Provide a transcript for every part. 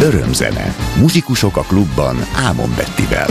Örömzene. Muzsikusok a klubban Ámon Bettivel.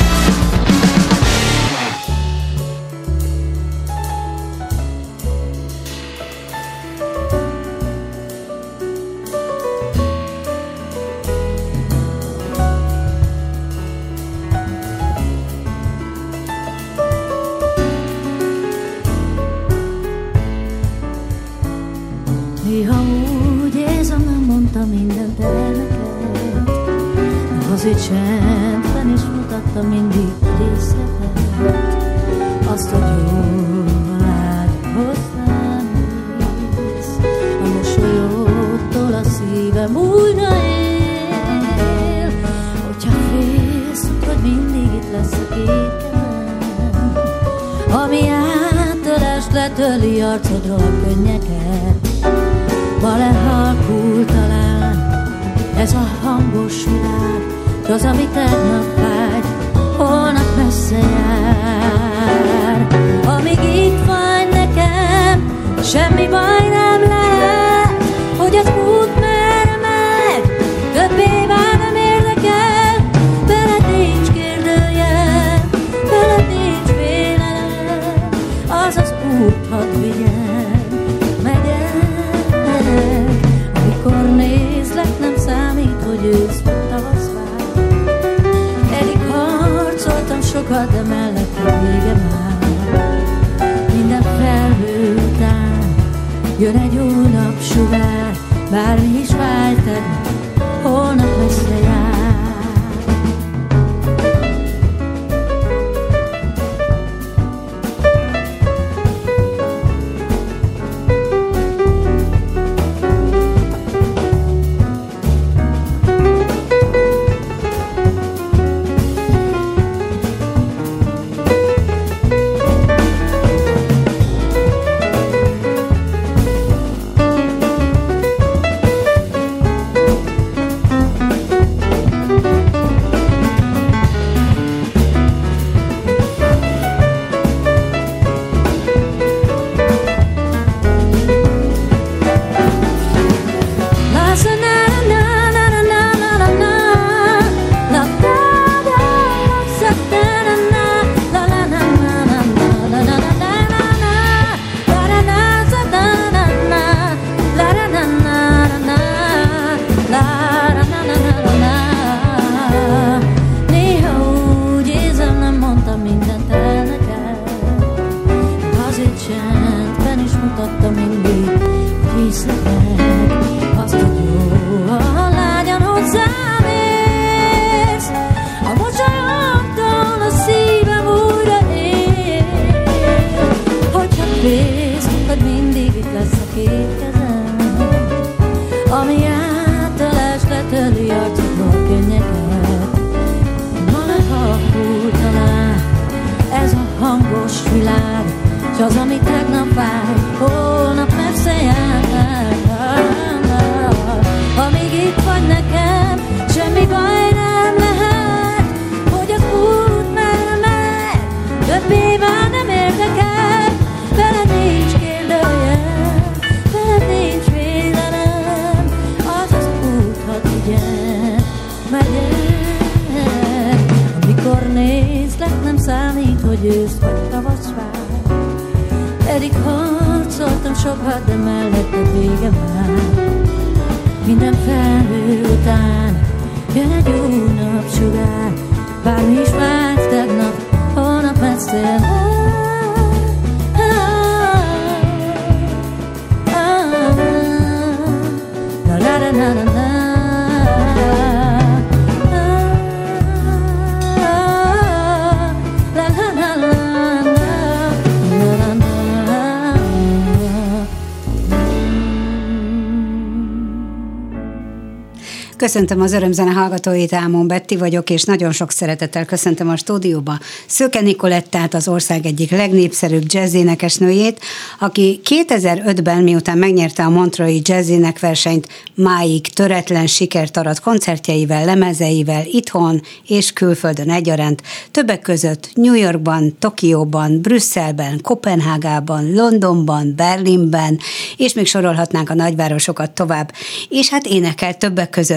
Néha úgy érzem, nem mondtam mindent el neked, de azért csendben is mutattam mindig részletet. Azt, hogy jól lát hozzám mész, a mosolyodtól a szívem újra él. Hogyha félsz, hogy mindig itt lesz a két kezem, ami átölest letöli arcodról a könnyeket. Belehalkul talán ez a hangos világ, s az, ami tegnap vágy, holnap messze jár. Amíg itt vagy nekem, semmi baj nem lehet, hogy az út merre megy, többé már nem érdekel. Veled nincs kérdőjel, veled nincs félelem, az az út hadd vigyen, megyek. Amikor nézlek, nem számít, hogy ősz vagy tavasz vár. Eddig harcoltam sokat, de melletted vége már. Minden felhő után jön egy új napsugár, bármi is vágy tegnap, holnap messze jár. Köszöntöm az Örömzene hallgatóit, Ámon Betti vagyok, és nagyon sok szeretettel köszöntöm a stúdióba Szöke Nicolettát, az ország egyik legnépszerűbb jazzénekesnőjét, aki 2005-ben, miután megnyerte a Montreux-i Jazz versenyt, máig töretlen sikert arat koncertjeivel, lemezeivel, itthon és külföldön egyaránt, többek között New Yorkban, Tokióban, Brüsszelben, Koppenhágában, Londonban, Berlinben, és még sorolhatnánk a nagyvárosokat tovább. És hát énekel többek között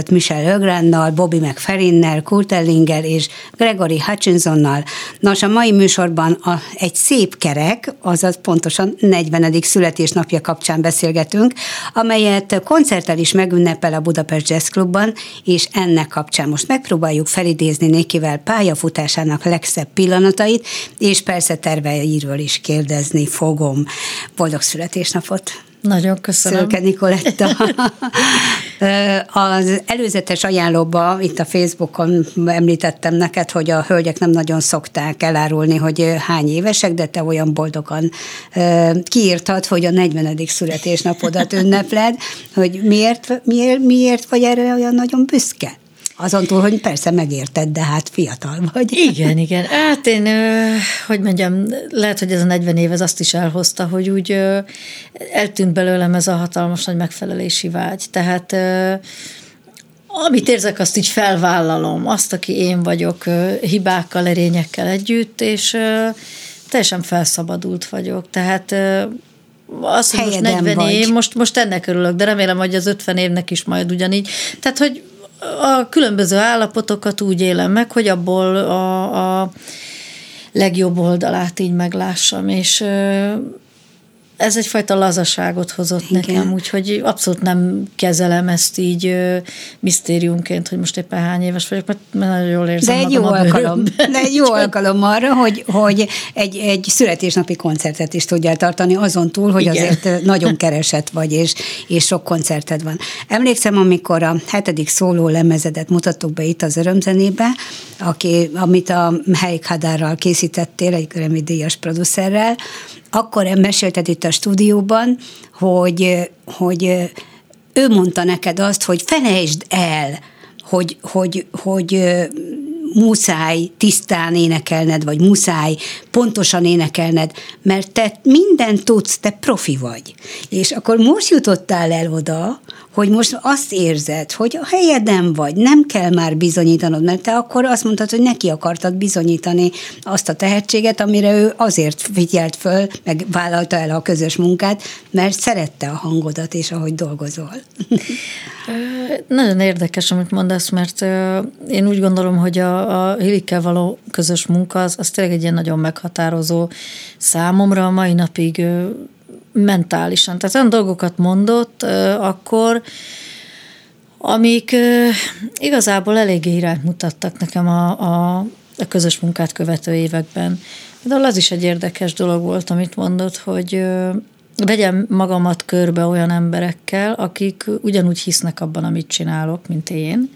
volt Michelle Legranddal, Bobby McFerrinnel, Kurt Ellinger és Gregory Hutchinsonnal. Nos, a mai műsorban egy szép kerek, azaz pontosan 40. születésnapja kapcsán beszélgetünk, amelyet koncerttel is megünnepel a Budapest Jazz Clubban, és ennek kapcsán most megpróbáljuk felidézni Nikivel pályafutásának legszebb pillanatait, és persze terveiről is kérdezni fogom. Boldog születésnapot! Nagyon köszönöm. Szőke Nikoletta. Az előzetes ajánlóban, itt a Facebookon említettem neked, hogy a hölgyek nem nagyon szokták elárulni, hogy hány évesek, de te olyan boldogan kiírtad, hogy a 40. születésnapodat ünnepled, hogy miért vagy erre olyan nagyon büszke? Azon túl, hogy persze megérted, de hát fiatal vagy. Igen. Hát én, hogy mondjam, lehet, hogy ez a 40 év ez azt is elhozta, hogy úgy eltűnt belőlem ez a hatalmas nagy megfelelési vágy. Tehát amit érzek, azt így felvállalom. Azt, aki én vagyok, hibákkal, erényekkel együtt, és teljesen felszabadult vagyok. Tehát azt, hogy most 40 vagy. Év, most ennek örülök, de remélem, hogy az 50 évnek is majd ugyanígy. Tehát, hogy a különböző állapotokat úgy élem meg, hogy abból a legjobb oldalát így meglássam, és ez egyfajta lazaságot hozott nekem, úgyhogy abszolút nem kezelem ezt így misztériumként, hogy most éppen hány éves vagyok, mert nagyon jól érzem magam. De egy jó alkalom arra, hogy egy születésnapi koncertet is tudjál tartani, azon túl, hogy azért nagyon keresett vagy, és sok koncerted van. Emlékszem, amikor a 7. szóló lemezedet mutattuk be itt az Örömzenébe, amit a Heik Hadárral készítettél, egy Grammy-díjas producerrel, akkor mesélted itt a stúdióban, hogy ő mondta neked azt, hogy felejtsd el, hogy muszáj tisztán énekelned, vagy muszáj pontosan énekelned, mert te mindent tudsz, te profi vagy. És akkor most jutottál el oda, hogy most azt érzed, hogy a helyeden vagy, nem kell már bizonyítanod, mert te akkor azt mondtad, hogy neki akartad bizonyítani azt a tehetséget, amire ő azért figyelt föl, meg vállalta el a közös munkát, mert szerette a hangodat, és ahogy dolgozol. Nagyon érdekes, amit mondasz, mert én úgy gondolom, hogy a Hillikkel való közös munka az tényleg egy ilyen nagyon meghatározó számomra a mai napig mentálisan. Tehát olyan dolgokat mondott akkor, amik igazából eléggé irányt mutattak nekem a közös munkát követő években. De az is egy érdekes dolog volt, amit mondott, hogy vegyem magamat körbe olyan emberekkel, akik ugyanúgy hisznek abban, amit csinálok, mint én,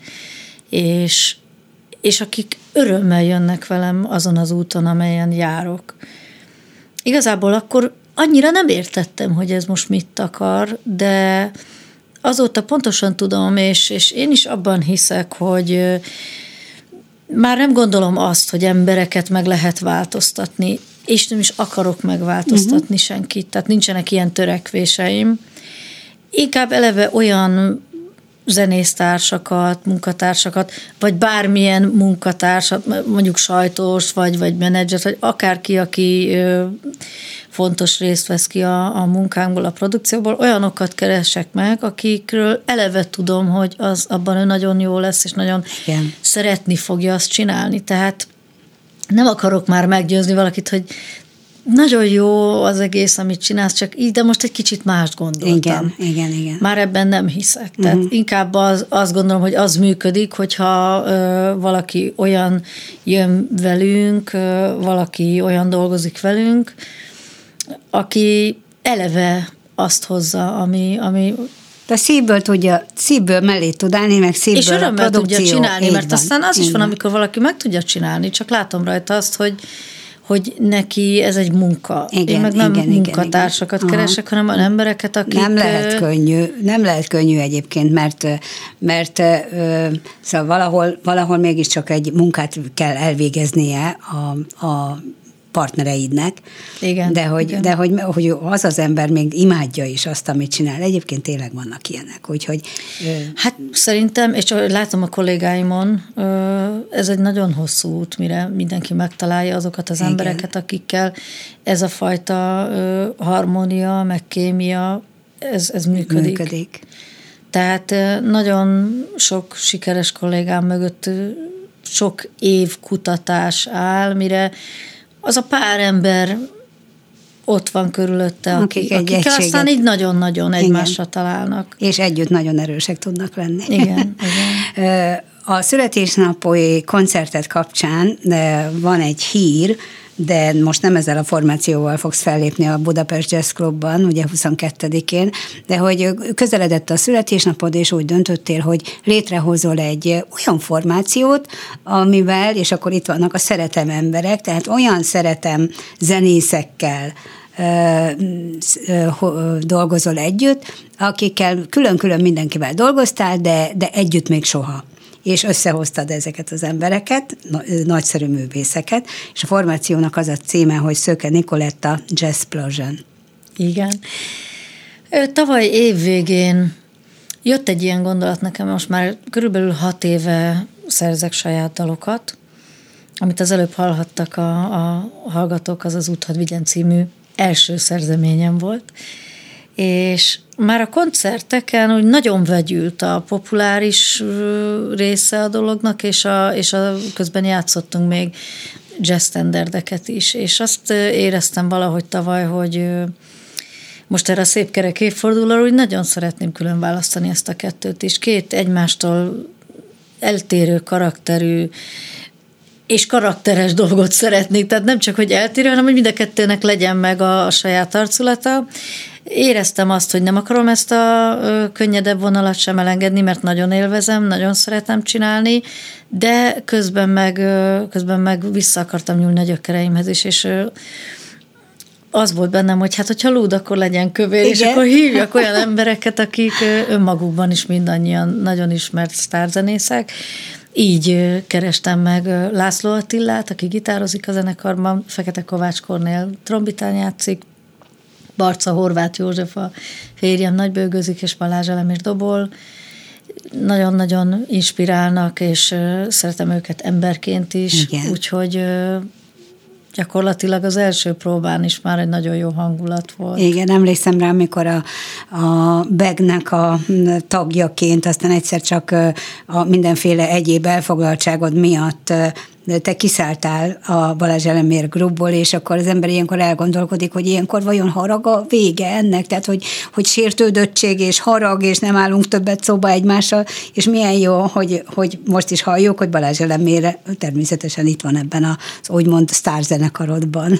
és akik örömmel jönnek velem azon az úton, amelyen járok. Igazából akkor annyira nem értettem, hogy ez most mit akar, de azóta pontosan tudom, és én is abban hiszek, hogy már nem gondolom azt, hogy embereket meg lehet változtatni, és nem is akarok megváltoztatni senkit, tehát nincsenek ilyen törekvéseim. Inkább eleve olyan zenésztársakat, munkatársakat, vagy bármilyen munkatársat, mondjuk sajtós, vagy menedzsert, vagy akárki, aki fontos részt vesz ki a munkánkból, a produkcióból, olyanokat keresek meg, akikről eleve tudom, hogy abban ő nagyon jó lesz, és nagyon szeretni fogja azt csinálni. Tehát nem akarok már meggyőzni valakit, hogy nagyon jó az egész, amit csinálsz, csak így, de most egy kicsit mást gondoltam. Igen. Már ebben nem hiszek. Tehát inkább azt gondolom, hogy az működik, hogyha valaki olyan jön velünk, valaki olyan dolgozik velünk, aki eleve azt hozza, ami de szívből mellé tud állni, meg szívből és örömmel a produkció. tudja csinálni, mert van, aztán az is van, amikor valaki meg tudja csinálni, csak látom rajta azt, hogy neki ez egy munka. Én meg nem munkatársakat keresek, hanem olyan embereket, akik... Nem lehet könnyű egyébként, mert szóval valahol mégiscsak egy munkát kell elvégeznie a partnereidnek, igen, de hogy az az ember még imádja is azt, amit csinál. Egyébként tényleg vannak ilyenek, úgyhogy... Hát szerintem, és látom a kollégáimon, ez egy nagyon hosszú út, mire mindenki megtalálja azokat az embereket, akikkel ez a fajta harmónia, meg kémia, ez működik. Tehát nagyon sok sikeres kollégám mögött sok év kutatás áll, mire az a pár ember ott van körülötte, akik aztán így nagyon-nagyon egymásra találnak. És együtt nagyon erősek tudnak lenni. Igen. A születésnapi koncertet kapcsán van egy hír, de most nem ezzel a formációval fogsz fellépni a Budapest Jazz Clubban, ugye 22-én, de hogy közeledett a születésnapod, és úgy döntöttél, hogy létrehozol egy olyan formációt, amivel, és akkor itt vannak a szeretem emberek, tehát olyan szeretem zenészekkel dolgozol együtt, akikkel külön-külön mindenkivel dolgoztál, de együtt még soha. És összehoztad ezeket az embereket, nagyszerű művészeket, és a formációnak az a címe, hogy Szöke Nikoletta Jazzplosion. Igen. Tavaly év végén jött egy ilyen gondolat nekem, most már körülbelül 6 éve szerzek saját dalokat, amit az előbb hallhattak a hallgatók, az Út hadd vigyen című első szerzeményem volt, és már a koncerteken úgy nagyon vegyült a populáris része a dolognak, és közben játszottunk még jazz standardeket is, és azt éreztem valahogy tavaly, hogy most erre a szép kerek évfordulóra úgy nagyon szeretném külön választani ezt a kettőt, és két egymástól eltérő karakterű és karakteres dolgot szeretnék, tehát nem csak, hogy eltérő, hanem hogy mind a kettőnek legyen meg a saját arculata. Éreztem azt, hogy nem akarom ezt a könnyedebb vonalat sem elengedni, mert nagyon élvezem, nagyon szeretem csinálni, de közben meg vissza akartam nyúlni a gyökereimhez is, és az volt bennem, hogy hát, hogyha lúd, akkor legyen kövér, igen. És akkor hívjak olyan embereket, akik önmagukban is mindannyian nagyon ismert sztárzenészek. Így kerestem meg László Attillát, aki gitározik a zenekarban, Fekete Kovács Kornél trombitán játszik, Barca Horváth József a férjem nagybőgőzik, és Balázs Elemér dobol. Nagyon-nagyon inspirálnak, és szeretem őket emberként is, igen. Úgyhogy gyakorlatilag az első próbán is már egy nagyon jó hangulat volt. Igen, emlékszem rá, amikor a Begnek a tagjaként, aztán egyszer csak a mindenféle egyéb elfoglaltságod miatt te kiszálltál a Balázs Elemér Groupból, és akkor az ember ilyenkor elgondolkodik, hogy ilyenkor vajon harag a vége ennek, tehát hogy sértődöttség és harag, és nem állunk többet szóba egymással, és milyen jó, hogy most is halljuk, hogy Balázs Elemér természetesen itt van ebben az úgymond sztárzenekarodban.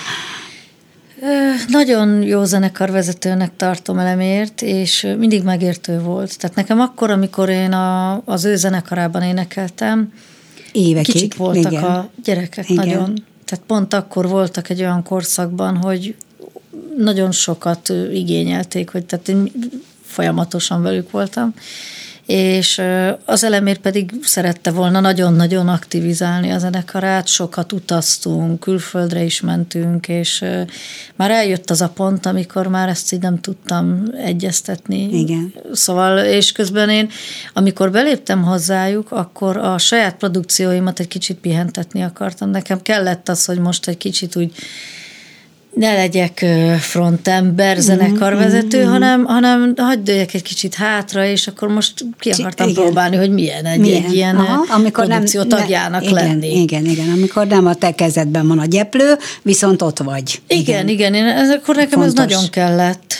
Nagyon jó zenekarvezetőnek tartom Elemért, és mindig megértő volt. Tehát nekem akkor, amikor én az ő zenekarában énekeltem, évekig. Kicsik voltak igen. A gyerekek igen. Nagyon. Tehát pont akkor voltak egy olyan korszakban, hogy nagyon sokat igényelték, hogy tehát én folyamatosan velük voltam, és az Elemér pedig szerette volna nagyon-nagyon aktivizálni a zenekarát, sokat utaztunk, külföldre is mentünk, és már eljött az a pont, amikor már ezt így nem tudtam egyeztetni. Igen. Szóval, és közben én, amikor beléptem hozzájuk, akkor a saját produkcióimat egy kicsit pihentetni akartam. Nekem kellett az, hogy most egy kicsit úgy ne legyek frontember, zenekarvezető, hanem hagyd dőljek egy kicsit hátra, és akkor most ki akartam igen. próbálni, hogy milyen egy ilyen produkció tagjának lenni. Igen, amikor nem a te kezedben van a gyeplő, viszont ott vagy. Igen, akkor nekem fontos. Ez nagyon kellett.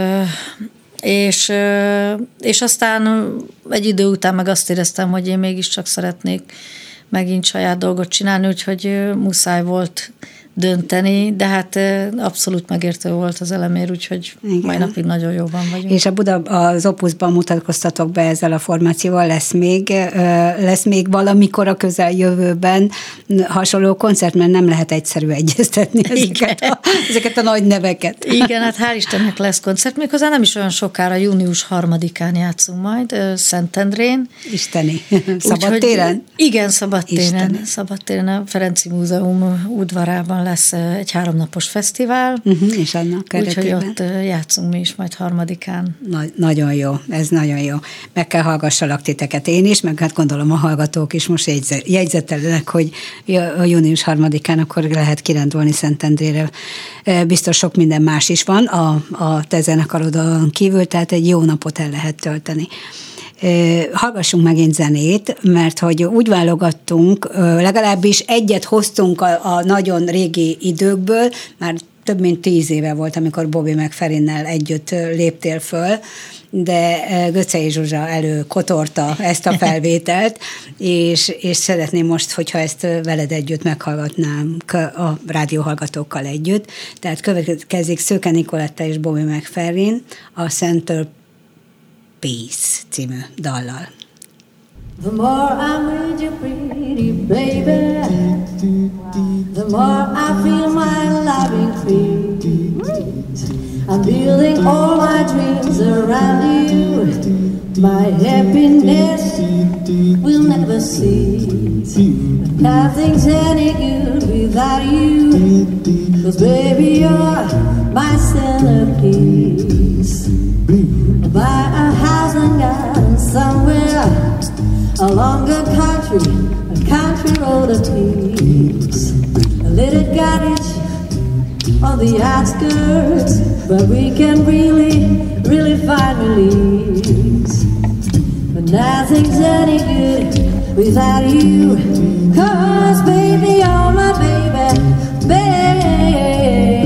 És aztán egy idő után meg azt éreztem, hogy én mégiscsak szeretnék megint saját dolgot csinálni, úgyhogy muszáj volt dönteni, de hát abszolút megértő volt az Elemér, úgyhogy mai napig nagyon jóban vagyunk. És az Opusban mutatkoztatok be ezzel a formációval, lesz még valamikor a közeljövőben hasonló koncert, mert nem lehet egyszerű egyeztetni ezeket a nagy neveket. Igen, hát hál' Istennek lesz koncert, méghozzá nem is olyan sokára, június 3-án játszunk majd, Szentendrén. Isteni. Szabadtéren? Igen, Szabadtéren. Szabadtéren, a Ferenci Múzeum udvarában lesz egy 3 napos fesztivál, és annak keretében. Úgyhogy ott játszunk mi is majd 3-án. Nagyon jó, ez nagyon jó. Meg kell hallgassalak titeket én is, meg hát gondolom a hallgatók is most jegyzetelnek, hogy a június 3-án akkor lehet kirándulni Szentendrére. Biztos sok minden más is van a te zenekarodon kívül, tehát egy jó napot el lehet tölteni. Hallgassunk megint zenét, mert hogy úgy válogattunk, legalábbis egyet hoztunk a nagyon régi időkből, már több mint 10 éve volt, amikor Bobby McFerrinnel együtt léptél föl, de Göczei Zsuzsa előkotorta ezt a felvételt, és szeretném most, hogyha ezt veled együtt meghallgatnám a rádióhallgatókkal együtt. Tehát következik Szőke Nikoletta és Bobby McFerrin a Center Peace című dallal. The more I'm with you, pretty baby, the more I feel my loving feet. I'm building all my dreams around you. My happiness will never cease. Nothing's any good without you, 'cause baby you're my centerpiece. Buy a house and garden somewhere along a country road of peace. A little cottage on the outskirts, where we can really find release. But nothing's any good without you, 'cause baby you're my baby, babe.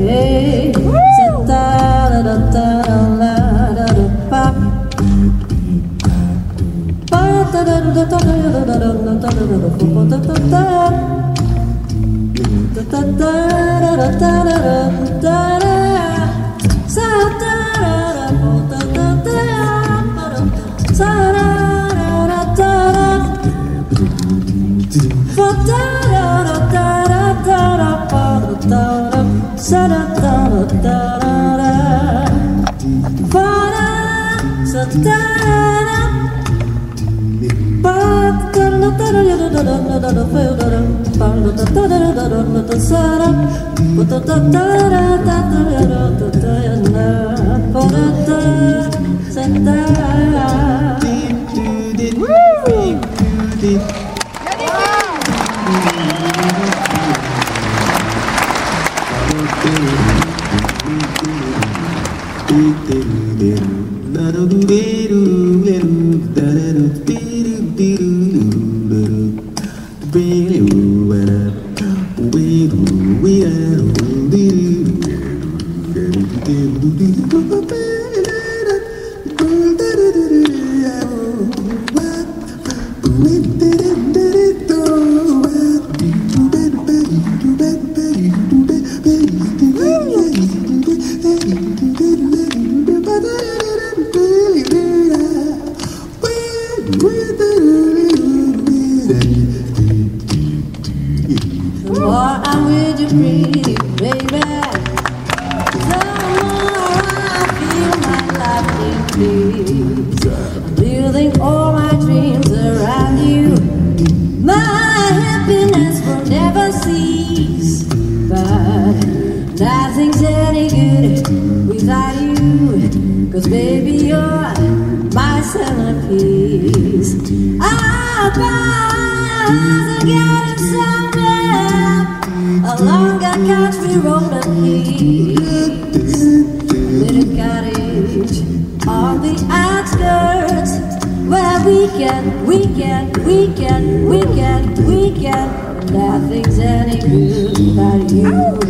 Nothing's any good without you.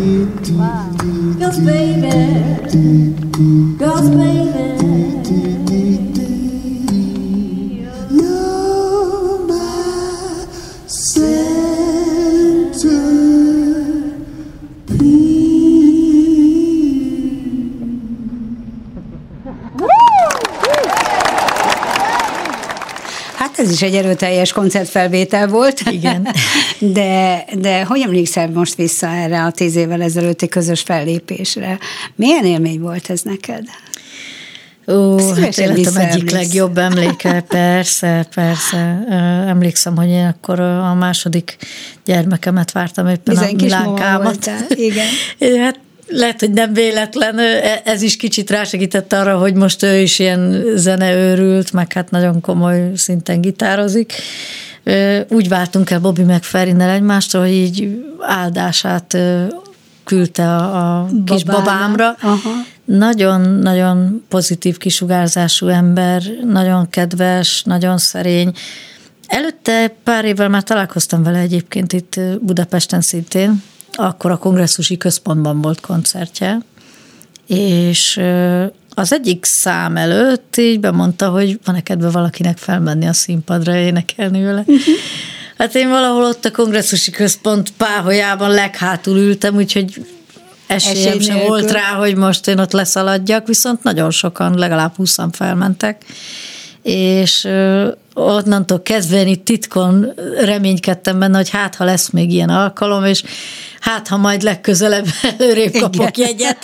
Wow. 'Cause baby, you're my Hát ez is egy erőteljes koncertfelvétel volt. Igen. De hogy emlékszel most vissza erre a 10 évvel ezelőtti közös fellépésre? Milyen élmény volt ez neked? hát életem egyik legjobb emléke, persze. Emlékszem, hogy én akkor a második gyermekemet vártam, éppen a Milánkámat. Igen. Hát lehet, hogy nem véletlen, ez is kicsit rásegített arra, hogy most ő is ilyen zeneőrült, meg hát nagyon komoly szinten gitározik. Úgy váltunk el Bobby McFerrinnel egymástól, hogy így áldását küldte a kis babámra. Nagyon-nagyon pozitív kisugárzású ember, nagyon kedves, nagyon szerény. Előtte pár évvel már találkoztam vele egyébként itt Budapesten szintén, akkor a Kongresszusi Központban volt koncertje, és az egyik szám előtt így bemondta, hogy van-e kedve valakinek felmenni a színpadra, énekelni vele. Hát én valahol ott a Kongresszusi Központ páholyában leghátul ültem, úgyhogy esélyem sem volt rá, hogy most én ott leszaladjak, viszont nagyon sokan, legalább 20-an felmentek, és onnantól kezdve én itt titkon reménykedtem benne, hogy hát, ha lesz még ilyen alkalom, és hát, ha majd legközelebb előrébb kapok jegyet.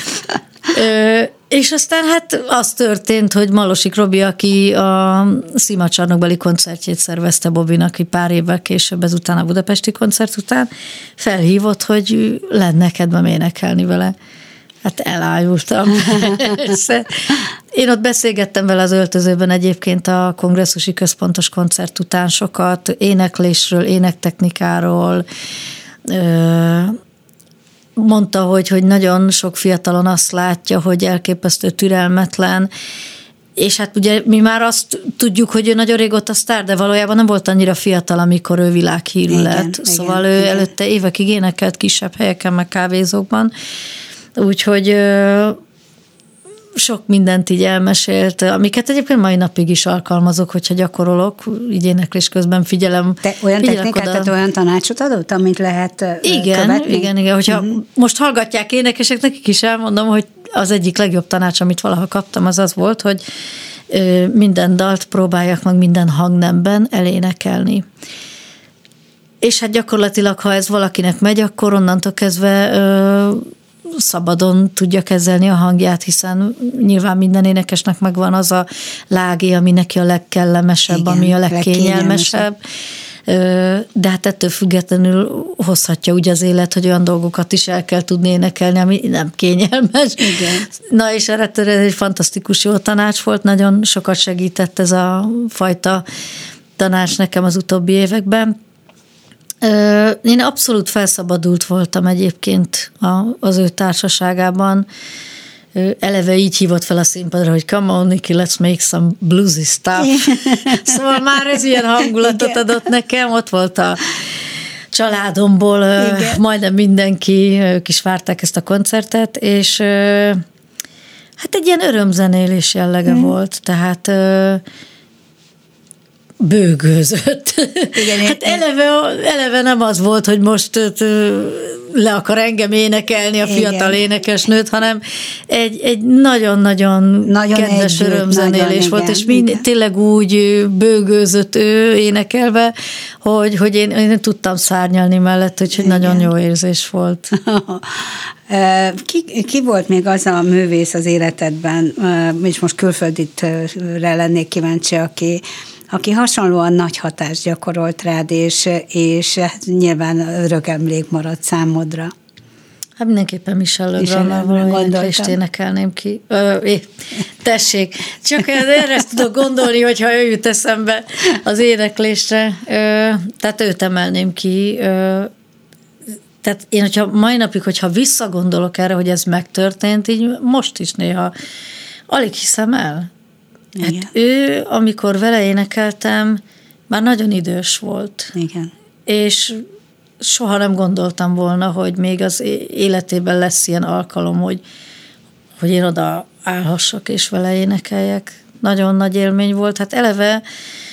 És aztán hát az történt, hogy Malosik Robi, aki a Színpadcsarnokbeli koncertjét szervezte Bobinak, aki pár évvel később, ezután a budapesti koncert után felhívott, hogy lenne kedvem énekelni vele. Hát elájultam. Én ott beszélgettem vele az öltözőben egyébként a Kongresszusi Központos koncert után sokat, éneklésről, énektechnikáról. Mondta, hogy nagyon sok fiatalon azt látja, hogy elképesztő türelmetlen, és hát ugye mi már azt tudjuk, hogy ő nagyon régóta sztár, de valójában nem volt annyira fiatal, amikor ő világhírű lett. Szóval ő előtte évekig énekelt kisebb helyeken, meg kávézókban, úgyhogy sok mindent így elmesélt, amiket egyébként mai napig is alkalmazok, hogyha gyakorolok, így éneklés közben figyelem. Te olyan technikát, tehát olyan tanácsot adott, amit lehet követni? Igen. Hogyha most hallgatják énekesek, nekik is elmondom, hogy az egyik legjobb tanács, amit valaha kaptam, az volt, hogy minden dalt próbáljak meg minden hangnemben elénekelni. És hát gyakorlatilag, ha ez valakinek megy, akkor onnantól kezdve szabadon tudja kezelni a hangját, hiszen nyilván minden énekesnek megvan az a lágé, ami neki a legkellemesebb, igen, ami a legkényelmesebb. De hát ettől függetlenül hozhatja úgy az élet, hogy olyan dolgokat is el kell tudni énekelni, ami nem kényelmes. Igen. Na és erre egy fantasztikus jó tanács volt, nagyon sokat segített ez a fajta tanács nekem az utóbbi években. Én abszolút felszabadult voltam egyébként az ő társaságában. Eleve így hívott fel a színpadra, hogy come on, Nikki, let's make some bluesy stuff. Szóval már ez ilyen hangulatot adott nekem, ott volt a családomból majdnem mindenki, ők is várták ezt a koncertet, és hát egy ilyen örömzenélés jellege volt, tehát bőgőzött. Igen, hát eleve nem az volt, hogy most le akar engem énekelni a fiatal énekesnőt, hanem egy nagyon kedves örömzenélés volt, és tényleg úgy bőgőzött ő énekelve, hogy én tudtam szárnyalni mellett, úgyhogy nagyon jó érzés volt. Ki volt még az a művész az életedben, és most külfölditre lennék kíváncsi, aki hasonlóan nagy hatást gyakorolt rád, és nyilván örök emlék maradt számodra? Hát mindenképpen Michelle Legrand-nal valami éneklést énekelném ki. Tessék, csak erre ezt tudok gondolni, hogyha ő jut eszembe az éneklésre. Tehát őt emelném ki. Tehát én, hogyha mai napig, hogyha visszagondolok erre, hogy ez megtörtént, így most is néha alig hiszem el. Hát ő, amikor vele énekeltem, már nagyon idős volt. Igen. És soha nem gondoltam volna, hogy még az életében lesz ilyen alkalom, hogy én oda állhassak és vele énekeljek. Nagyon nagy élmény volt. Hát eleve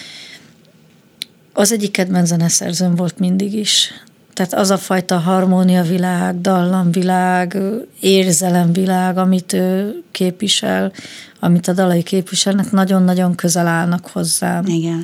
az egyik kedvenc zeneszerzőm volt mindig is. Tehát az a fajta harmóniavilág, dallamvilág, érzelemvilág, amit ő képvisel, amit a dalai képviselnek, nagyon-nagyon közel állnak hozzám. Igen.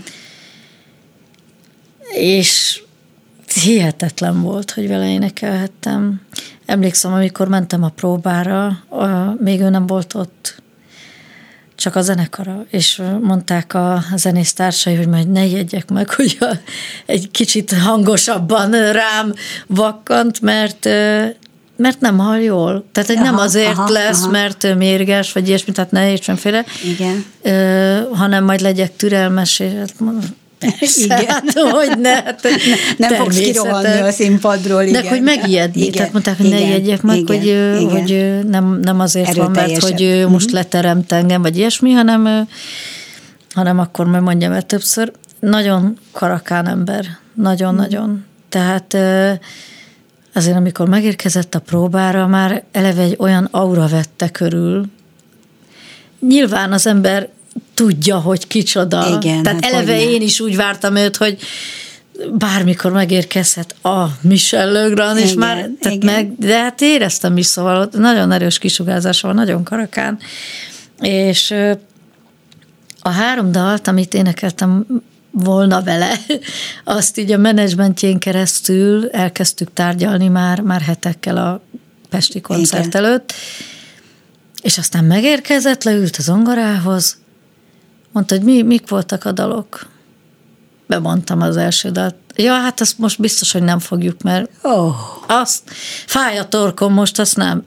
És hihetetlen volt, hogy vele énekelhettem. Emlékszem, amikor mentem a próbára, még ő nem volt ott. csak a zenekara, és mondták a zenésztársai, hogy majd ne jegyek meg, hogy egy kicsit hangosabban rám vakkant, mert nem hall jól. Tehát, hogy nem azért lesz, mert mérges, vagy ilyesmi, tehát ne értsenféle, hanem majd legyek türelmes, és hát mondom, persze, hát, hogy ne. Nem fogsz kirohanni a színpadról, igen. De hogy megijedni, tehát mondták, hogy ne jegyek meg, hogy nem azért van, mert hogy most leteremt engem, vagy ilyesmi, hanem akkor majd mondjam el többször. Nagyon karakán ember, nagyon-nagyon. Tehát azért, amikor megérkezett a próbára, már eleve egy olyan aura vette körül. Nyilván az ember tudja, hogy kicsoda. Igen, tehát hát eleve én is úgy vártam őt, hogy bármikor megérkezhet a Michel Legrand, és már, de hát éreztem is, szóval nagyon erős kisugárzása van, nagyon karakán. És a 3 dalt, amit énekeltem volna vele, azt így a menedzsmentjén keresztül elkezdtük tárgyalni már hetekkel a pesti koncert előtt, és aztán megérkezett, leült az zongorához, mondta, hogy mik voltak a dalok. Bemondtam az első dalt. Ja, hát azt most biztos, hogy nem fogjuk, mert azt fáj a torkom most, azt nem.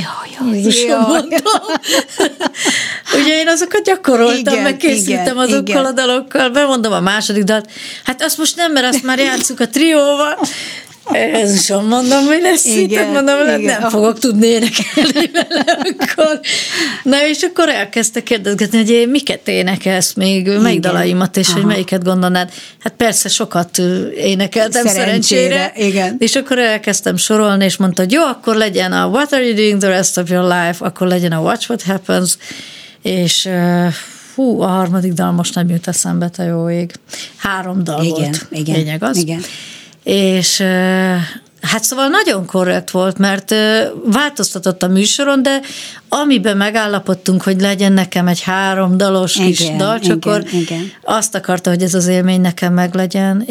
Ugye én azokat gyakoroltam, meg készültem azokkal a dalokkal, bemondom a második dalt. Hát azt most nem, mert azt már játsszuk a trióval. Ez is mondom, hogy lesz itt, mondom, nem fogok tudni énekelni vele akkor. Na, és akkor elkezdte kérdezgetni, hogy én miket énekelsz még, melyik dalaimat, és hogy melyiket gondolnád. Hát persze sokat énekeltem szerencsére. Igen. És akkor elkezdtem sorolni, és mondta, hogy jó, akkor legyen a What are you doing the rest of your life, akkor legyen a Watch what happens, és a harmadik dal most nem jut eszembe, te jó ég. 3 dal volt. Lényeg az. Igen. És hát szóval nagyon korrekt volt, mert változtatott a műsoron, de amiben megállapodtunk, hogy legyen nekem egy 3 dalos kis dalcsokor, azt akarta, hogy ez az élmény nekem meglegyen,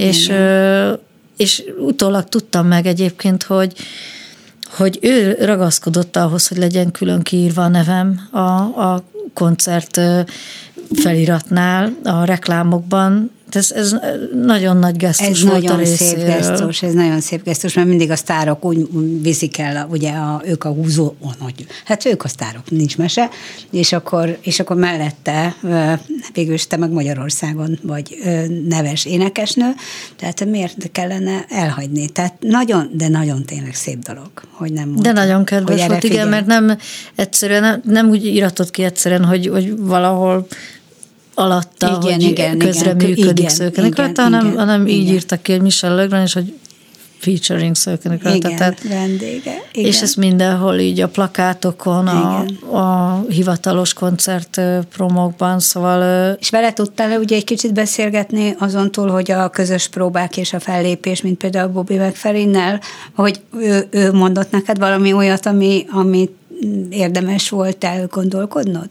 és utólag tudtam meg egyébként, hogy ő ragaszkodott ahhoz, hogy legyen külön kiírva a nevem a koncert feliratnál, a reklámokban. Ez nagyon nagy gesztus volt a részéről. Ez nagyon szép gesztus, mert mindig a sztárok úgy viszik el, ugye ők a húzó, hát ők a sztárok, nincs mese, és akkor mellette végül is te meg Magyarországon vagy neves énekesnő, tehát miért kellene elhagyni? Tehát nagyon tényleg szép dolog, hogy nem mondtam. De nagyon kedves volt, igen, mert nem egyszerűen, nem úgy íratott ki egyszerűen, hogy valahol alatta, hogy közreműködik Szőkenik rajta, hanem így írtak ki, hogy Michel Legrand, és hogy featuring Szőkenik rajta. Vendége. És ez mindenhol így a plakátokon, a hivatalos koncert promókban, szóval... És vele tudtál ugye egy kicsit beszélgetni azontól, hogy a közös próbák és a fellépés, mint például Bobby McFerrinnel, hogy ő mondott neked valami olyat, amit érdemes volt elgondolkodnod?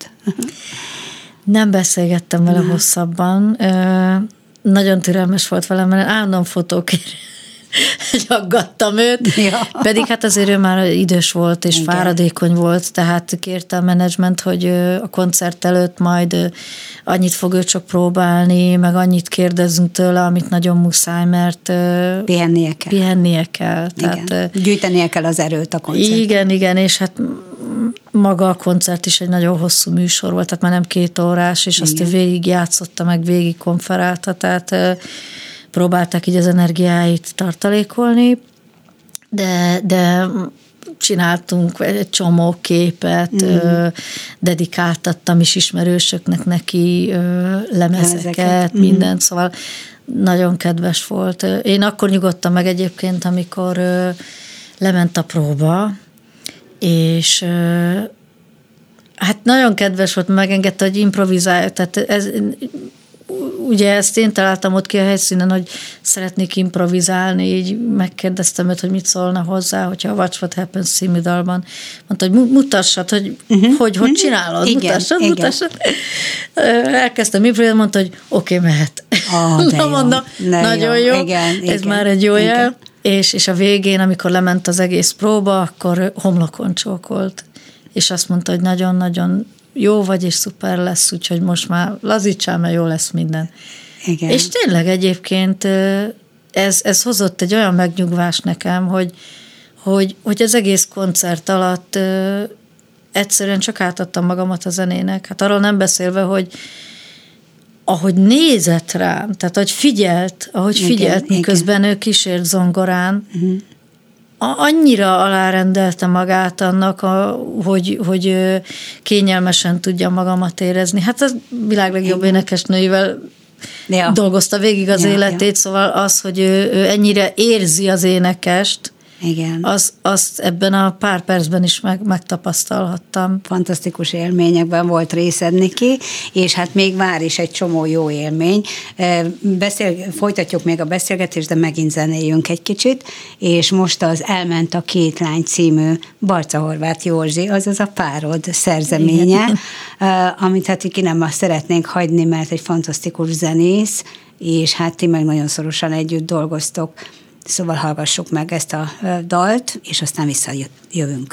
Nem beszélgettem vele hosszabban. Nagyon türelmes volt velem, mert állandóan fotókért aggattam őt. Ja. Pedig hát azért ő már idős volt, és fáradékony volt, tehát kérte a menedzsment, hogy a koncert előtt majd annyit fog ő csak próbálni, meg annyit kérdezzünk tőle, amit nagyon muszáj, mert pihennie kell. Tehát, gyűjtenie kell az erőt a koncert. Igen, és hát maga a koncert is egy nagyon hosszú műsor volt, tehát már nem 2 órás, és azt végig játszotta, meg végig konferálta, tehát próbálták így az energiáit tartalékolni, de csináltunk egy csomó képet, dedikáltattam is ismerősöknek neki lemezeket, mindent, szóval nagyon kedves volt. Én akkor nyugodtam meg egyébként, amikor lement a próba, és hát nagyon kedves volt, megengedte, hogy improvizáljak, tehát ugye ezt én találtam ott ki a helyszínen, hogy szeretnék improvizálni, így megkérdeztem őt, hogy mit szólna hozzá, hogyha a Watch What Happens című dalban. Mondta, hogy mutassad, hogy csinálod, mutassad. Elkezdtem improvizálni, mondta, hogy oké, mehet. Na mondom, nagyon jó, ez már egy jó jel. És a végén, amikor lement az egész próba, akkor homlokon csókolt. És azt mondta, hogy nagyon-nagyon jó vagy, és szuper lesz, úgyhogy most már lazítsál, mert jó lesz minden. Igen. És tényleg egyébként ez hozott egy olyan megnyugvást nekem, hogy az egész koncert alatt egyszerűen csak átadtam magamat a zenének. Hát arról nem beszélve, hogy ahogy nézett rám, tehát ahogy figyelt, miközben ő kísért zongorán, annyira alárendelte magát annak, hogy kényelmesen tudja magamat érezni. Hát az világ legjobb énekesnőivel dolgozta végig az életét, szóval az, hogy ő ennyire érzi az énekest, igen. Azt ebben a pár percben is megtapasztalhattam. Fantasztikus élményekben volt részed, Niki, és hát még vár is egy csomó jó élmény. Folytatjuk még a beszélgetést, de megint zenéljünk egy kicsit, és most az Elment a két lány című Barca-Horváth Józsi, azaz a párod szerzeménye, amit hát ki nem azt szeretnénk hagyni, mert egy fantasztikus zenész, és hát ti meg nagyon szorosan együtt dolgoztok. Szóval hallgassuk meg ezt a dalt, és aztán visszajövünk.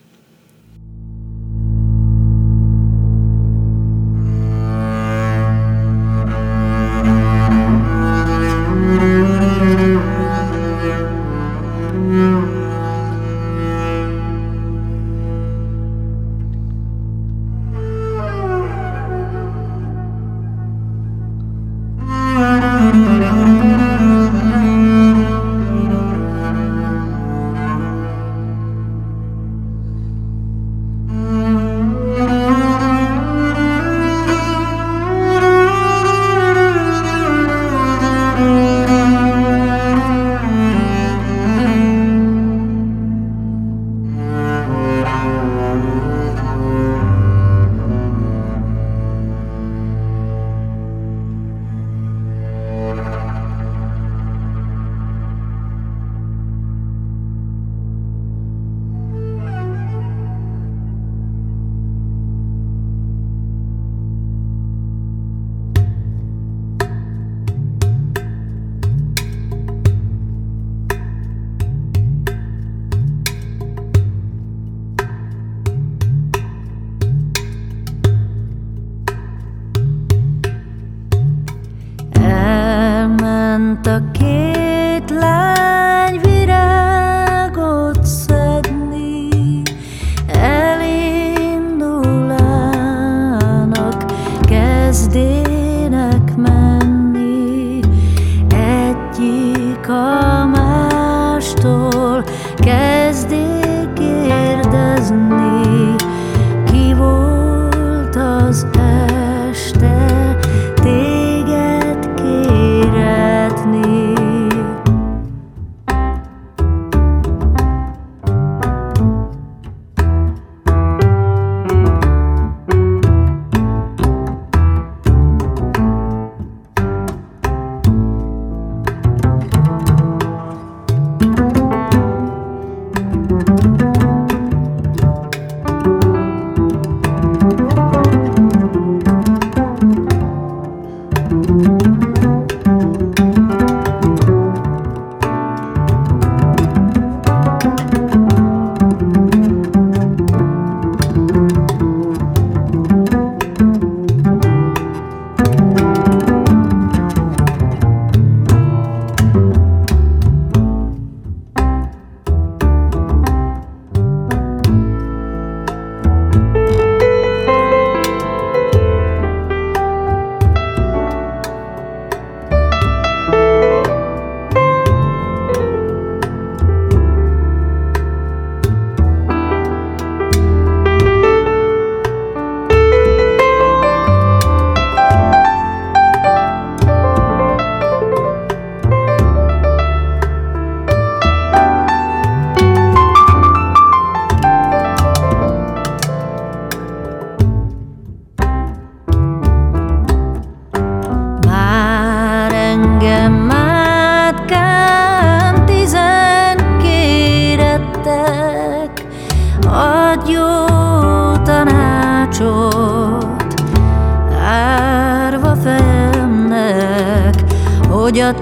hogy a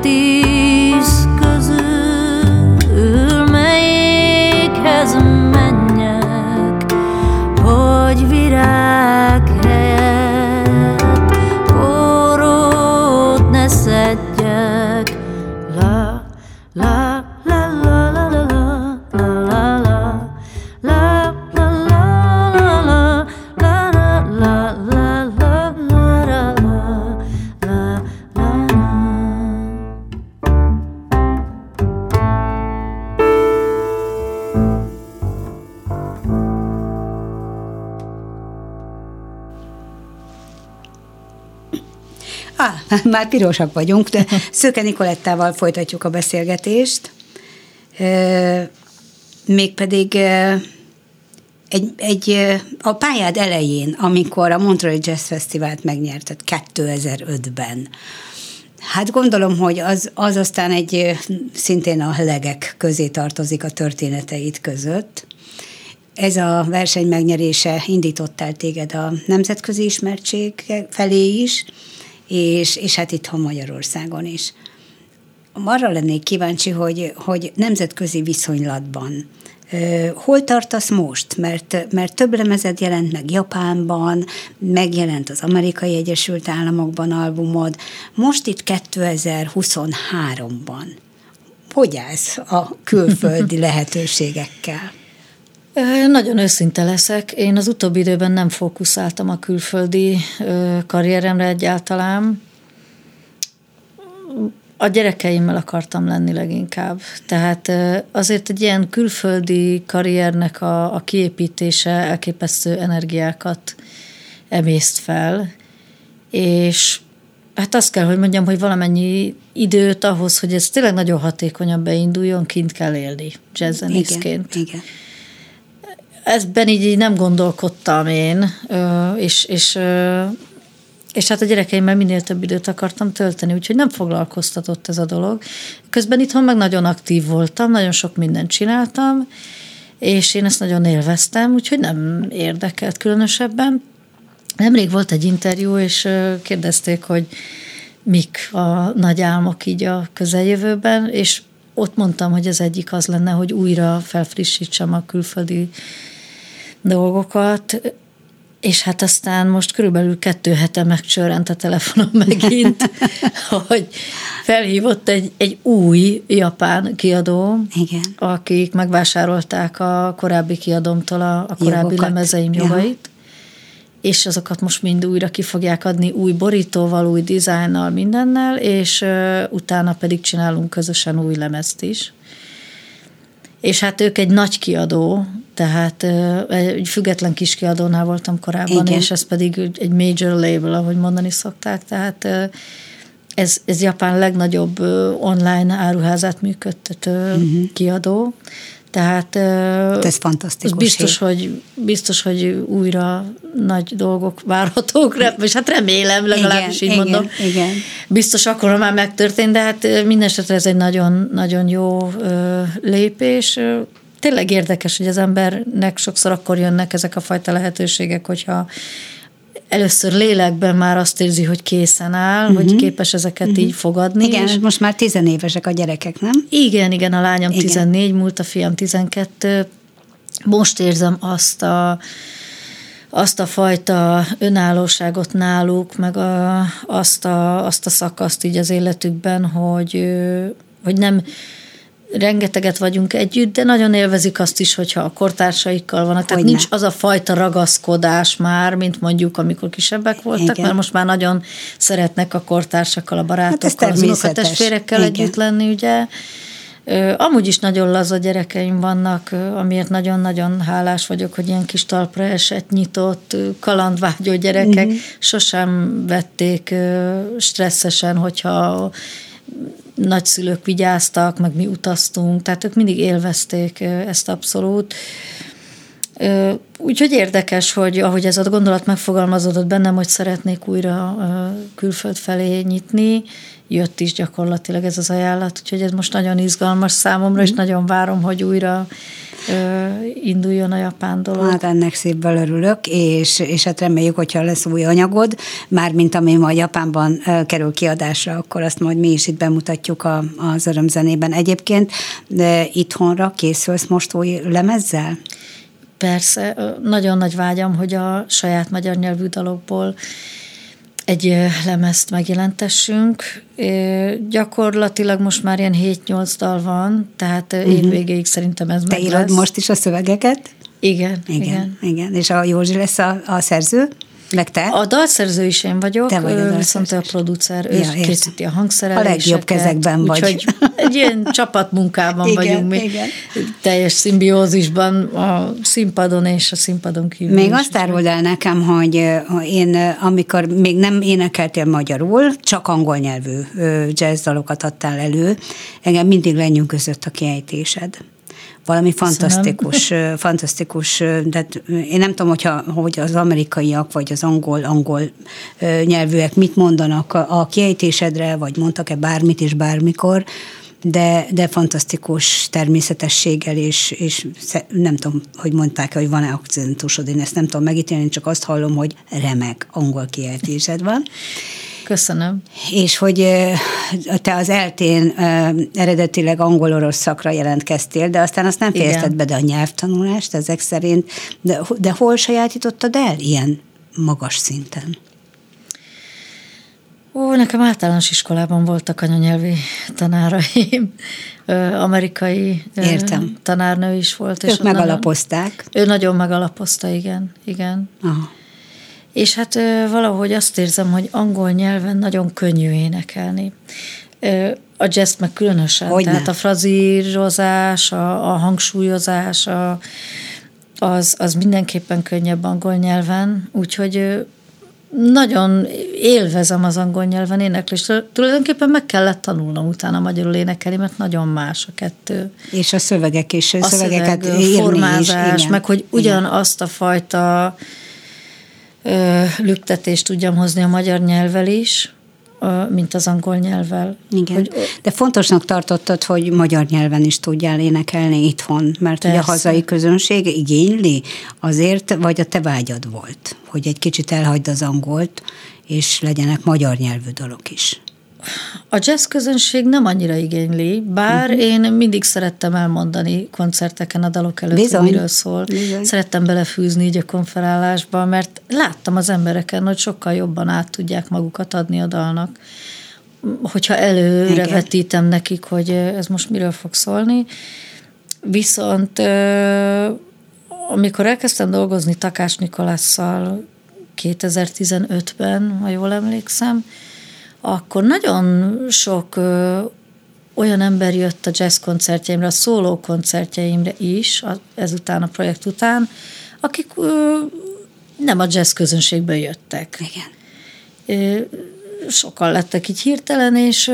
10 közül melyikhez menjek, hogy virág Már pirosak vagyunk, de Szőke Nikolettával folytatjuk a beszélgetést. Mégpedig a pályád elején, amikor a Montreal Jazz Fesztivált megnyerted 2005-ben, hát gondolom, hogy az aztán szintén a legek közé tartozik a történeteid között. Ez a verseny megnyerése indított el téged a nemzetközi ismertség felé is, és hát itthon Magyarországon is. Arra lennék kíváncsi, hogy nemzetközi viszonylatban hol tartasz most? Mert több lemezed jelent meg Japánban, megjelent az Amerikai Egyesült Államokban albumod, most itt 2023-ban. Hogy állsz a külföldi lehetőségekkel? Nagyon őszinte leszek. Én az utóbbi időben nem fókuszáltam a külföldi karrieremre egyáltalán. A gyerekeimmel akartam lenni leginkább. Tehát azért egy ilyen külföldi karriernek a kiépítése elképesztő energiákat emészt fel, és hát azt kell, hogy mondjam, hogy valamennyi időt ahhoz, hogy ez tényleg nagyon hatékonyan beinduljon, kint kell élni jazzzenészként. Igen. Ezben így nem gondolkodtam én, és hát a gyerekeimmel minél több időt akartam tölteni, úgyhogy nem foglalkoztatott ez a dolog. Közben itthon meg nagyon aktív voltam, nagyon sok mindent csináltam, és én ezt nagyon élveztem, úgyhogy nem érdekelt különösebben. Nemrég volt egy interjú, és kérdezték, hogy mik a nagy álmok így a közeljövőben, és ott mondtam, hogy az egyik az lenne, hogy újra felfrissítsem a külföldi dolgokat, és hát aztán most körülbelül 2 hete megcsörrent a telefonom megint, hogy felhívott egy új japán kiadó, igen, akik megvásárolták a korábbi kiadómtól a korábbi lemezeim jogait, és azokat most mind újra ki fogják adni új borítóval, új dizájnnal, mindennel, és utána pedig csinálunk közösen új lemezt is. És hát ők egy nagy kiadó, tehát egy független kis kiadónál voltam korábban, igen, és ez pedig egy major label, ahogy mondani szokták, tehát ez Japán legnagyobb online áruházát működtető kiadó, tehát ez fantasztikus. Biztos, hogy újra nagy dolgok várhatók, és hát remélem, legalábbis így mondom. Igen. Biztos akkor már megtörtént, de hát mindenesetre ez egy nagyon, nagyon jó lépés. Tényleg érdekes, hogy az embernek sokszor akkor jönnek ezek a fajta lehetőségek, hogyha először lélekben már azt érzi, hogy készen áll, hogy képes ezeket így fogadni. Igen, és most már 10 évesek a gyerekek, nem? Igen, a lányom 14, múlt, a fiam 12. Most érzem azt a fajta önállóságot náluk, meg azt a szakaszt így az életükben, hogy nem rengeteget vagyunk együtt, de nagyon élvezik azt is, hogyha a kortársaikkal vannak. Tehát nincs az a fajta ragaszkodás már, mint mondjuk, amikor kisebbek voltak, igen, mert most már nagyon szeretnek a kortársakkal, a barátokkal, az unokatestvérekkel együtt lenni, ugye. Amúgy is nagyon laza gyerekeim vannak, amiért nagyon-nagyon hálás vagyok, hogy ilyen kis talpra esett, nyitott, kalandvágyó gyerekek sosem vették stresszesen, hogyha nagyszülők vigyáztak, meg mi utaztunk, tehát ők mindig élvezték ezt abszolút. Úgyhogy érdekes, hogy ahogy ez a gondolat megfogalmazódott bennem, hogy szeretnék újra külföld felé nyitni, jött is gyakorlatilag ez az ajánlat, úgyhogy ez most nagyon izgalmas számomra, és nagyon várom, hogy újra induljon a japán dolog. Hát ennek szívből örülök, és hát reméljük, hogyha lesz új anyagod, mármint ami majd Japánban kerül kiadásra, akkor azt majd mi is itt bemutatjuk az Örömzenében. Egyébként itthonra készülsz most új lemezzel? Persze, nagyon nagy vágyam, hogy a saját magyar nyelvű dalokból egy lemezt megjelentessünk. Gyakorlatilag most már ilyen 7-8 dal van, tehát évvégéig szerintem ez meg lesz. Te írod most is a szövegeket? Igen. És a Józsi lesz a szerző? Meg te? A dalszerző is én vagyok, te vagy viszont a producer, ő készíti a hangszereléseket. A legjobb kezekben vagy. Úgyhogy egy ilyen csapatmunkában igen, vagyunk mi. Igen. Teljes szimbiózisban a színpadon és a színpadon kívül. Még azt áruld el nekem, hogy én, amikor még nem énekeltél magyarul, csak angol nyelvű jazzdalokat adtál elő, engem mindig lenyűgözött a kiejtésed. Valami fantasztikus, de én nem tudom, hogy az amerikaiak, vagy az angol nyelvűek mit mondanak a kiejtésedre, vagy mondtak-e bármit és bármikor, de fantasztikus természetességgel, és nem tudom, hogy mondták, hogy van-e akcentusod, én ezt nem tudom megítélni, csak azt hallom, hogy remek angol kiejtésed van. Köszönöm. És hogy te az eltén eredetileg angol-orosz szakra jelentkeztél, de aztán azt nem fejezted be, de a nyelvtanulást ezek szerint, de hol sajátítottad el ilyen magas szinten? Nekem általános iskolában voltak anyanyelvi tanáraim, amerikai tanárnő is volt. Ők megalapozták? Ő nagyon megalapozta, igen. Aha. És hát valahogy azt érzem, hogy angol nyelven nagyon könnyű énekelni. A jazz meg különösen, hogyne? Tehát a frazírozás, a hangsúlyozás, az mindenképpen könnyebb angol nyelven, úgyhogy nagyon élvezem az angol nyelven éneklést. Tulajdonképpen meg kellett tanulnom utána magyarul énekelni, mert nagyon más a kettő. És a szövegek is, szövegeket írni formázás, is. Meg hogy ugyanazt a fajta lüktetést tudjam hozni a magyar nyelvvel is, mint az angol nyelvvel. Igen. De fontosnak tartottad, hogy magyar nyelven is tudjál énekelni itthon, mert ugye a hazai közönség igényli azért, vagy a te vágyad volt, hogy egy kicsit elhagyd az angolt, és legyenek magyar nyelvű dalok is. A jazz közönség nem annyira igényli, bár én mindig szerettem elmondani koncerteken a dalok előtt, hogy miről szól. Bizony. Szerettem belefűzni így a konferálásba, mert láttam az embereken, hogy sokkal jobban át tudják magukat adni a dalnak, hogyha előre vetítem nekik, hogy ez most miről fog szólni. Viszont amikor elkezdtem dolgozni Takács Nikolásszal 2015-ben, ha jól emlékszem, akkor nagyon sok olyan ember jött a jazz koncertjeimre, a szóló koncertjeimre is, ezután a projekt után, akik nem a jazz közönségből jöttek. Igen. Sokan lettek így hirtelen, és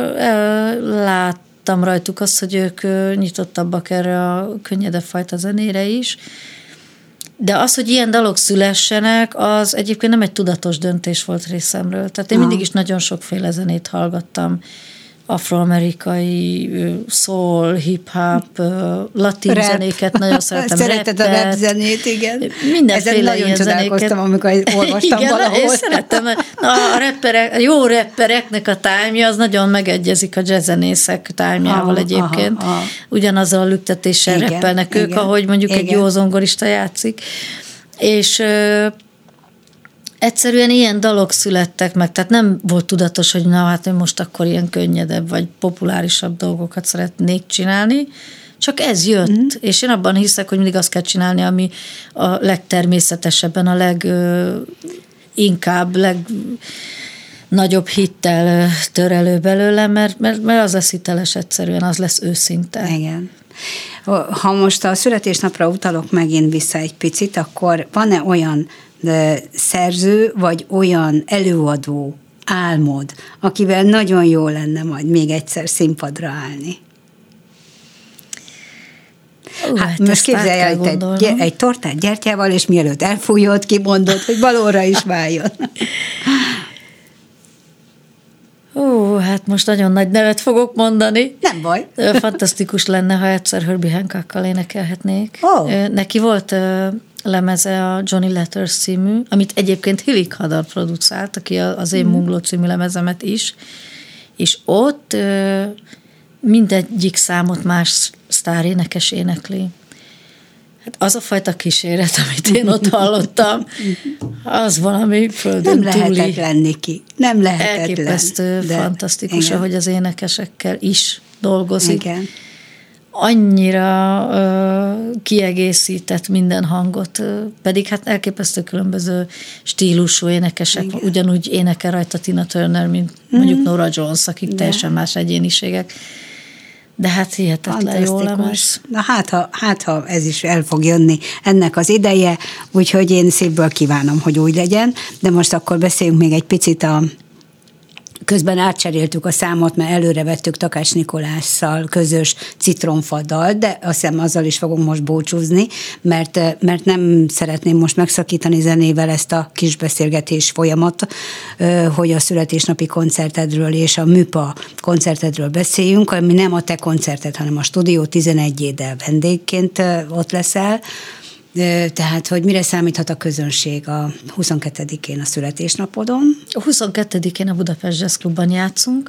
láttam rajtuk azt, hogy ők nyitottabbak erre a könnyedebb fajta zenére is. De az, hogy ilyen dalok szülessenek, az egyébként nem egy tudatos döntés volt részemről. Tehát én mindig is nagyon sokféle zenét hallgattam. Afroamerikai, soul, hip-hop, latin rap. Zenéket nagyon szeretem. Szereted a rap zenét, igen. Mindenféle ezen nagyon csodálkoztam, amikor olvastam igen, valahol. Igen, szeretem. A jó rappereknek a tájmja, az nagyon megegyezik a jazzzenészek tájmjával egyébként. Ugyanazzal a lüktetéssel rappelnek ők, ahogy mondjuk egy jó zongorista játszik. És egyszerűen ilyen dalok születtek meg, tehát nem volt tudatos, hogy na hát én most akkor ilyen könnyedebb vagy populárisabb dolgokat szeretnék csinálni, csak ez jött, és én abban hiszek, hogy mindig azt kell csinálni, ami a legtermészetesebben, a leginkább, legnagyobb hittel tör elő belőle, mert az lesz hiteles egyszerűen, az lesz őszinte. Igen. Ha most a születésnapra utalok megint vissza egy picit, akkor van-e olyan szerző, vagy olyan előadó álmod, akivel nagyon jó lenne majd még egyszer színpadra állni? Hát most képzelj el egy tortát gyertyával, és mielőtt elfújod, kimondod, hogy balóra is váljon. Hát most nagyon nagy nevet fogok mondani. Nem baj. Fantasztikus lenne, ha egyszer Herbie Hancockkal énekelhetnék. Neki volt lemeze a Johnny Letters című, amit egyébként Hillik Hadar produkált, aki az Én Mungló című lemezemet is, és ott mindegyik számot más sztárénekes énekli. Hát az a fajta kíséret, amit én ott hallottam, az valami földön túli. Nem lehetett lenni ki. Nem lehetett elképesztő, fantasztikus, igen. Ahogy az énekesekkel is dolgozik. Igen. annyira kiegészített minden hangot, pedig hát elképesztő különböző stílusú énekesek, igen. Ugyanúgy énekel rajta Tina Turner, mint mondjuk Nora Jones, akik teljesen más egyéniségek. De hát hihetetlen jó lemez. Na hát ha ez is el fog jönni ennek az ideje, úgyhogy én szívből kívánom, hogy úgy legyen, de most akkor beszéljünk még egy picit közben átcseréltük a számot, mert előre vettük Takács Nikolásszal közös Citromfaddal, de azt hiszem azzal is fogunk most búcsúzni, mert nem szeretném most megszakítani zenével ezt a kis beszélgetés folyamat, hogy a születésnapi koncertedről és a Műpa koncertedről beszéljünk, ami nem a te koncerted, hanem a Stúdió 11-édel vendégként ott leszel. Tehát, hogy mire számíthat a közönség a 22-én a születésnapodon? A 22-én a Budapest Jazz Clubban játszunk,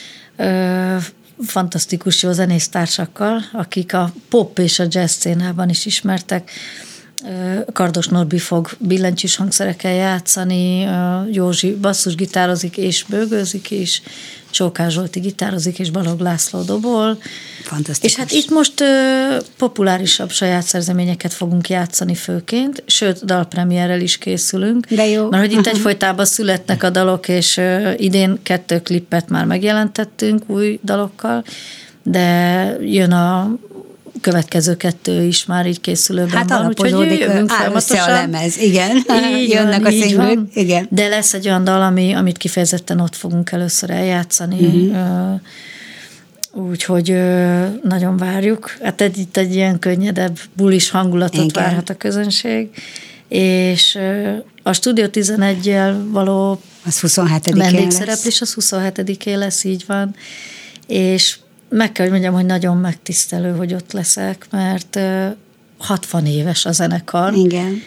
fantasztikus jó zenésztársakkal, akik a pop és a jazz szcénában is ismertek. Kardos Norbi fog billentyűs hangszerekkel játszani, Józsi basszusgitározik és bőgőzik is, Csókás Zsolti gitározik és Balogh László dobol. Fantasztikus. És hát itt most populárisabb saját szerzeményeket fogunk játszani főként, sőt dalpremierrel is készülünk. De jó. Mert hogy itt egyfolytában születnek a dalok, és idén 2 klippet már megjelentettünk új dalokkal, de jön a következő 2 is már így készülőben hát van, úgyhogy jövünk folyamatosan. A lemez, igen. Így jönnek van, a szinglők, igen. De lesz egy olyan dal, amit kifejezetten ott fogunk először eljátszani, úgyhogy nagyon várjuk. Hát itt egy ilyen könnyedebb, bulis hangulatot igen. várhat a közönség, és a Stúdió 11-jel való az 27-én vendégszereplés az 27-én lesz, így van, és meg kell, hogy mondjam, hogy nagyon megtisztelő, hogy ott leszek, mert 60 éves a zenekar. Igen.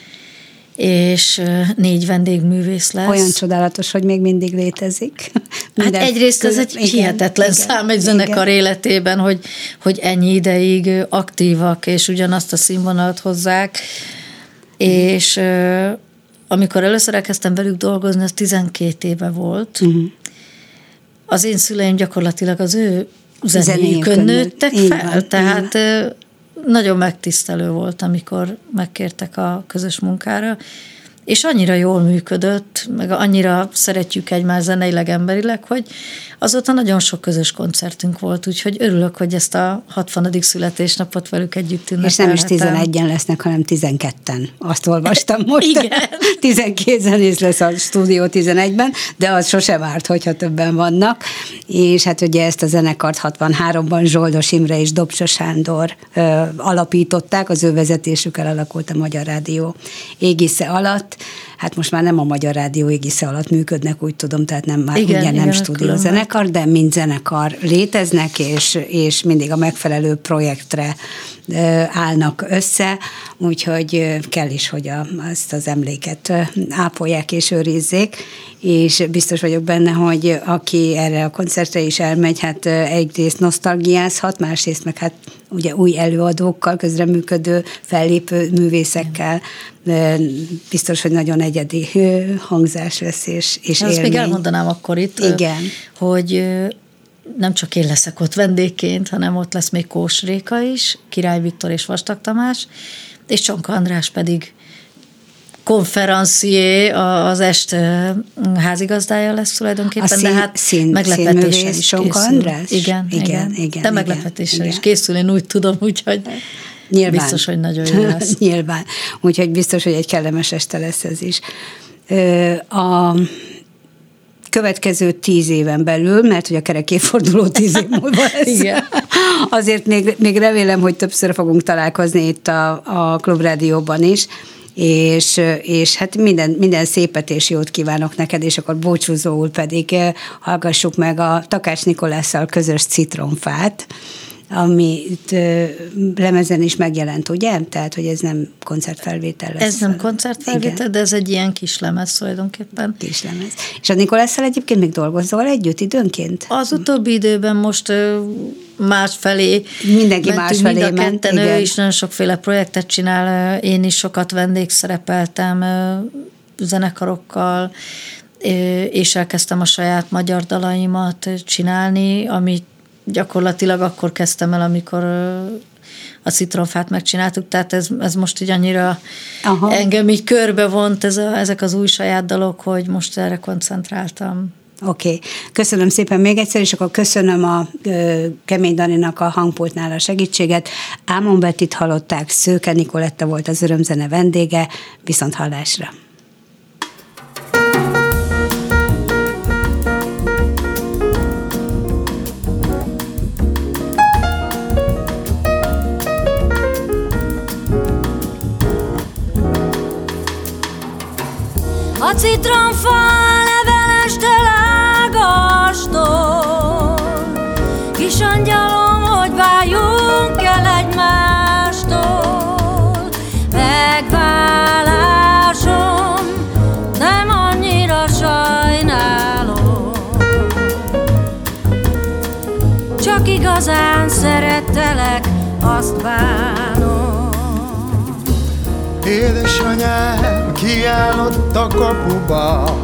És 4 vendégművész lesz. Olyan csodálatos, hogy még mindig létezik. Hát egyrészt ez egy hihetetlen szám egy zenekar életében, hogy ennyi ideig aktívak, és ugyanazt a színvonalat hozzák. És amikor először elkezdtem velük dolgozni, az 12 éve volt. Az én szüleim gyakorlatilag az ő zenéjükön nőttek fel, van, tehát nagyon megtisztelő volt, amikor megkértek a közös munkára, és annyira jól működött, meg annyira szeretjük egymást zeneileg, emberileg, hogy azóta nagyon sok közös koncertünk volt, úgyhogy örülök, hogy ezt a 60. születésnapot velük együtt ünnepelhetem. És nem is 11-en lesznek, hanem 12-en. Azt olvastam most. Igen. 12 zenész lesz a Stúdió 11-ben, de az sosem árt, hogyha többen vannak. És hát ugye ezt a zenekart 63-ban Zsoldos Imre és Dobcsa Sándor alapították, az ő vezetésükkel alakult a Magyar Rádió égisze alatt. Hát most már nem a Magyar Rádió égisze alatt működnek, úgy tudom, tehát nem már nem stúdiózenekar, de mind zenekar léteznek, és mindig a megfelelő projektre állnak össze, úgyhogy kell is, hogy ezt az emléket ápolják és őrizzék, és biztos vagyok benne, hogy aki erre a koncertre is elmegy, hát egyrészt nosztalgiázhat, másrészt meg hát ugye új előadókkal, közreműködő, fellépő művészekkel, biztos, hogy nagyon egyedi hangzás lesz, és élmény. Azt még elmondanám akkor itt, igen. Hogy nem csak én leszek ott vendégként, hanem ott lesz még Kós Réka is, Király Viktor és Vastag Tamás, és Csonka András pedig konferencié, az est házigazdája lesz tulajdonképpen, de hát meglepetéssel is Csonka készül. András? Igen. De meglepetéssel is készül, én úgy tudom, úgyhogy nyilván. Biztos, hogy nagyon jó lesz. Nyilván. Úgyhogy biztos, hogy egy kellemes este lesz ez is. A következő 10 éven belül, mert hogy a kerek évforduló 10 év múlva lesz. Igen. Azért még remélem, hogy többször fogunk találkozni itt a Klubrádióban is, és hát minden szépet és jót kívánok neked, és akkor búcsúzóul pedig hallgassuk meg a Takács Nikolásszal közös Citromfát, amit lemezen is megjelent, ugye? Tehát, hogy ez nem koncertfelvétel lesz. Ez nem koncertfelvétel, igen. De ez egy ilyen kis lemez tulajdonképpen. Kis lemez. És a Nikolásszal egyébként még dolgozol együtt időnként? Az utóbbi időben most másfelé mindenki másfelé mind a ketten, ő is nagyon sokféle projektet csinál, én is sokat vendégszerepeltem zenekarokkal, és elkezdtem a saját magyar dalaimat csinálni, amit gyakorlatilag akkor kezdtem el, amikor a citronfát megcsináltuk, tehát ez most így annyira engem így körbevont ezek az új saját dalok, hogy most erre koncentráltam. Oké. Köszönöm szépen még egyszer, és akkor köszönöm a Kemény Daninak a hangpultnál a segítséget. Ámon Bettit hallották, Szőke Nikoletta volt az örömzene vendége, viszont hallásra. A citronfa levelestől ágastól, kis angyalom, hogy váljunk el egymástól. Megválásom nem annyira sajnálom, csak igazán szerettelek, azt bánom. Édesanyám kiállott a kapuba,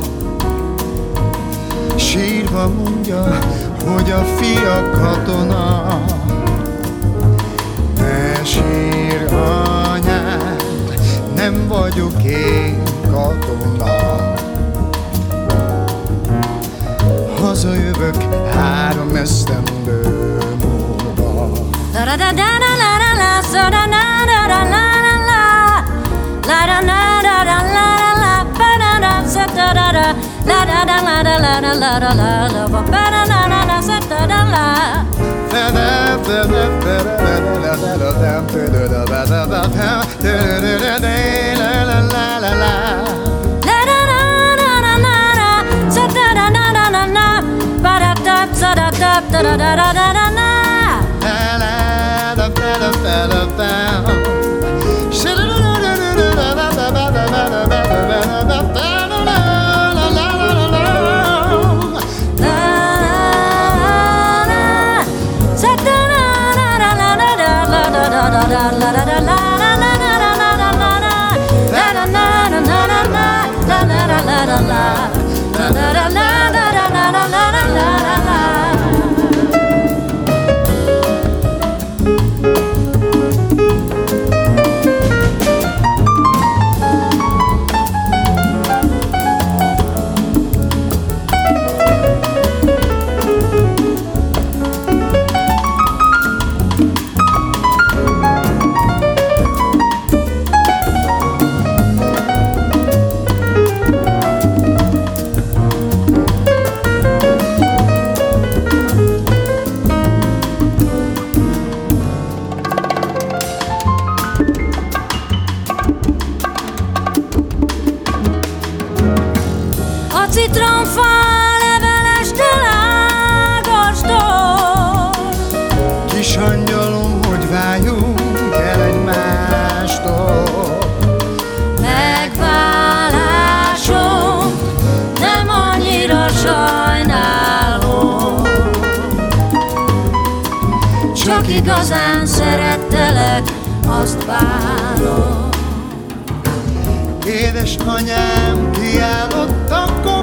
sírva mondja, hogy a fia katona. Ne sír, anyám, nem vagyok én katona. Hazajövök 3 esztendő múlva. Igazán szerettelek, azt bánom. Édesanyám kiállott a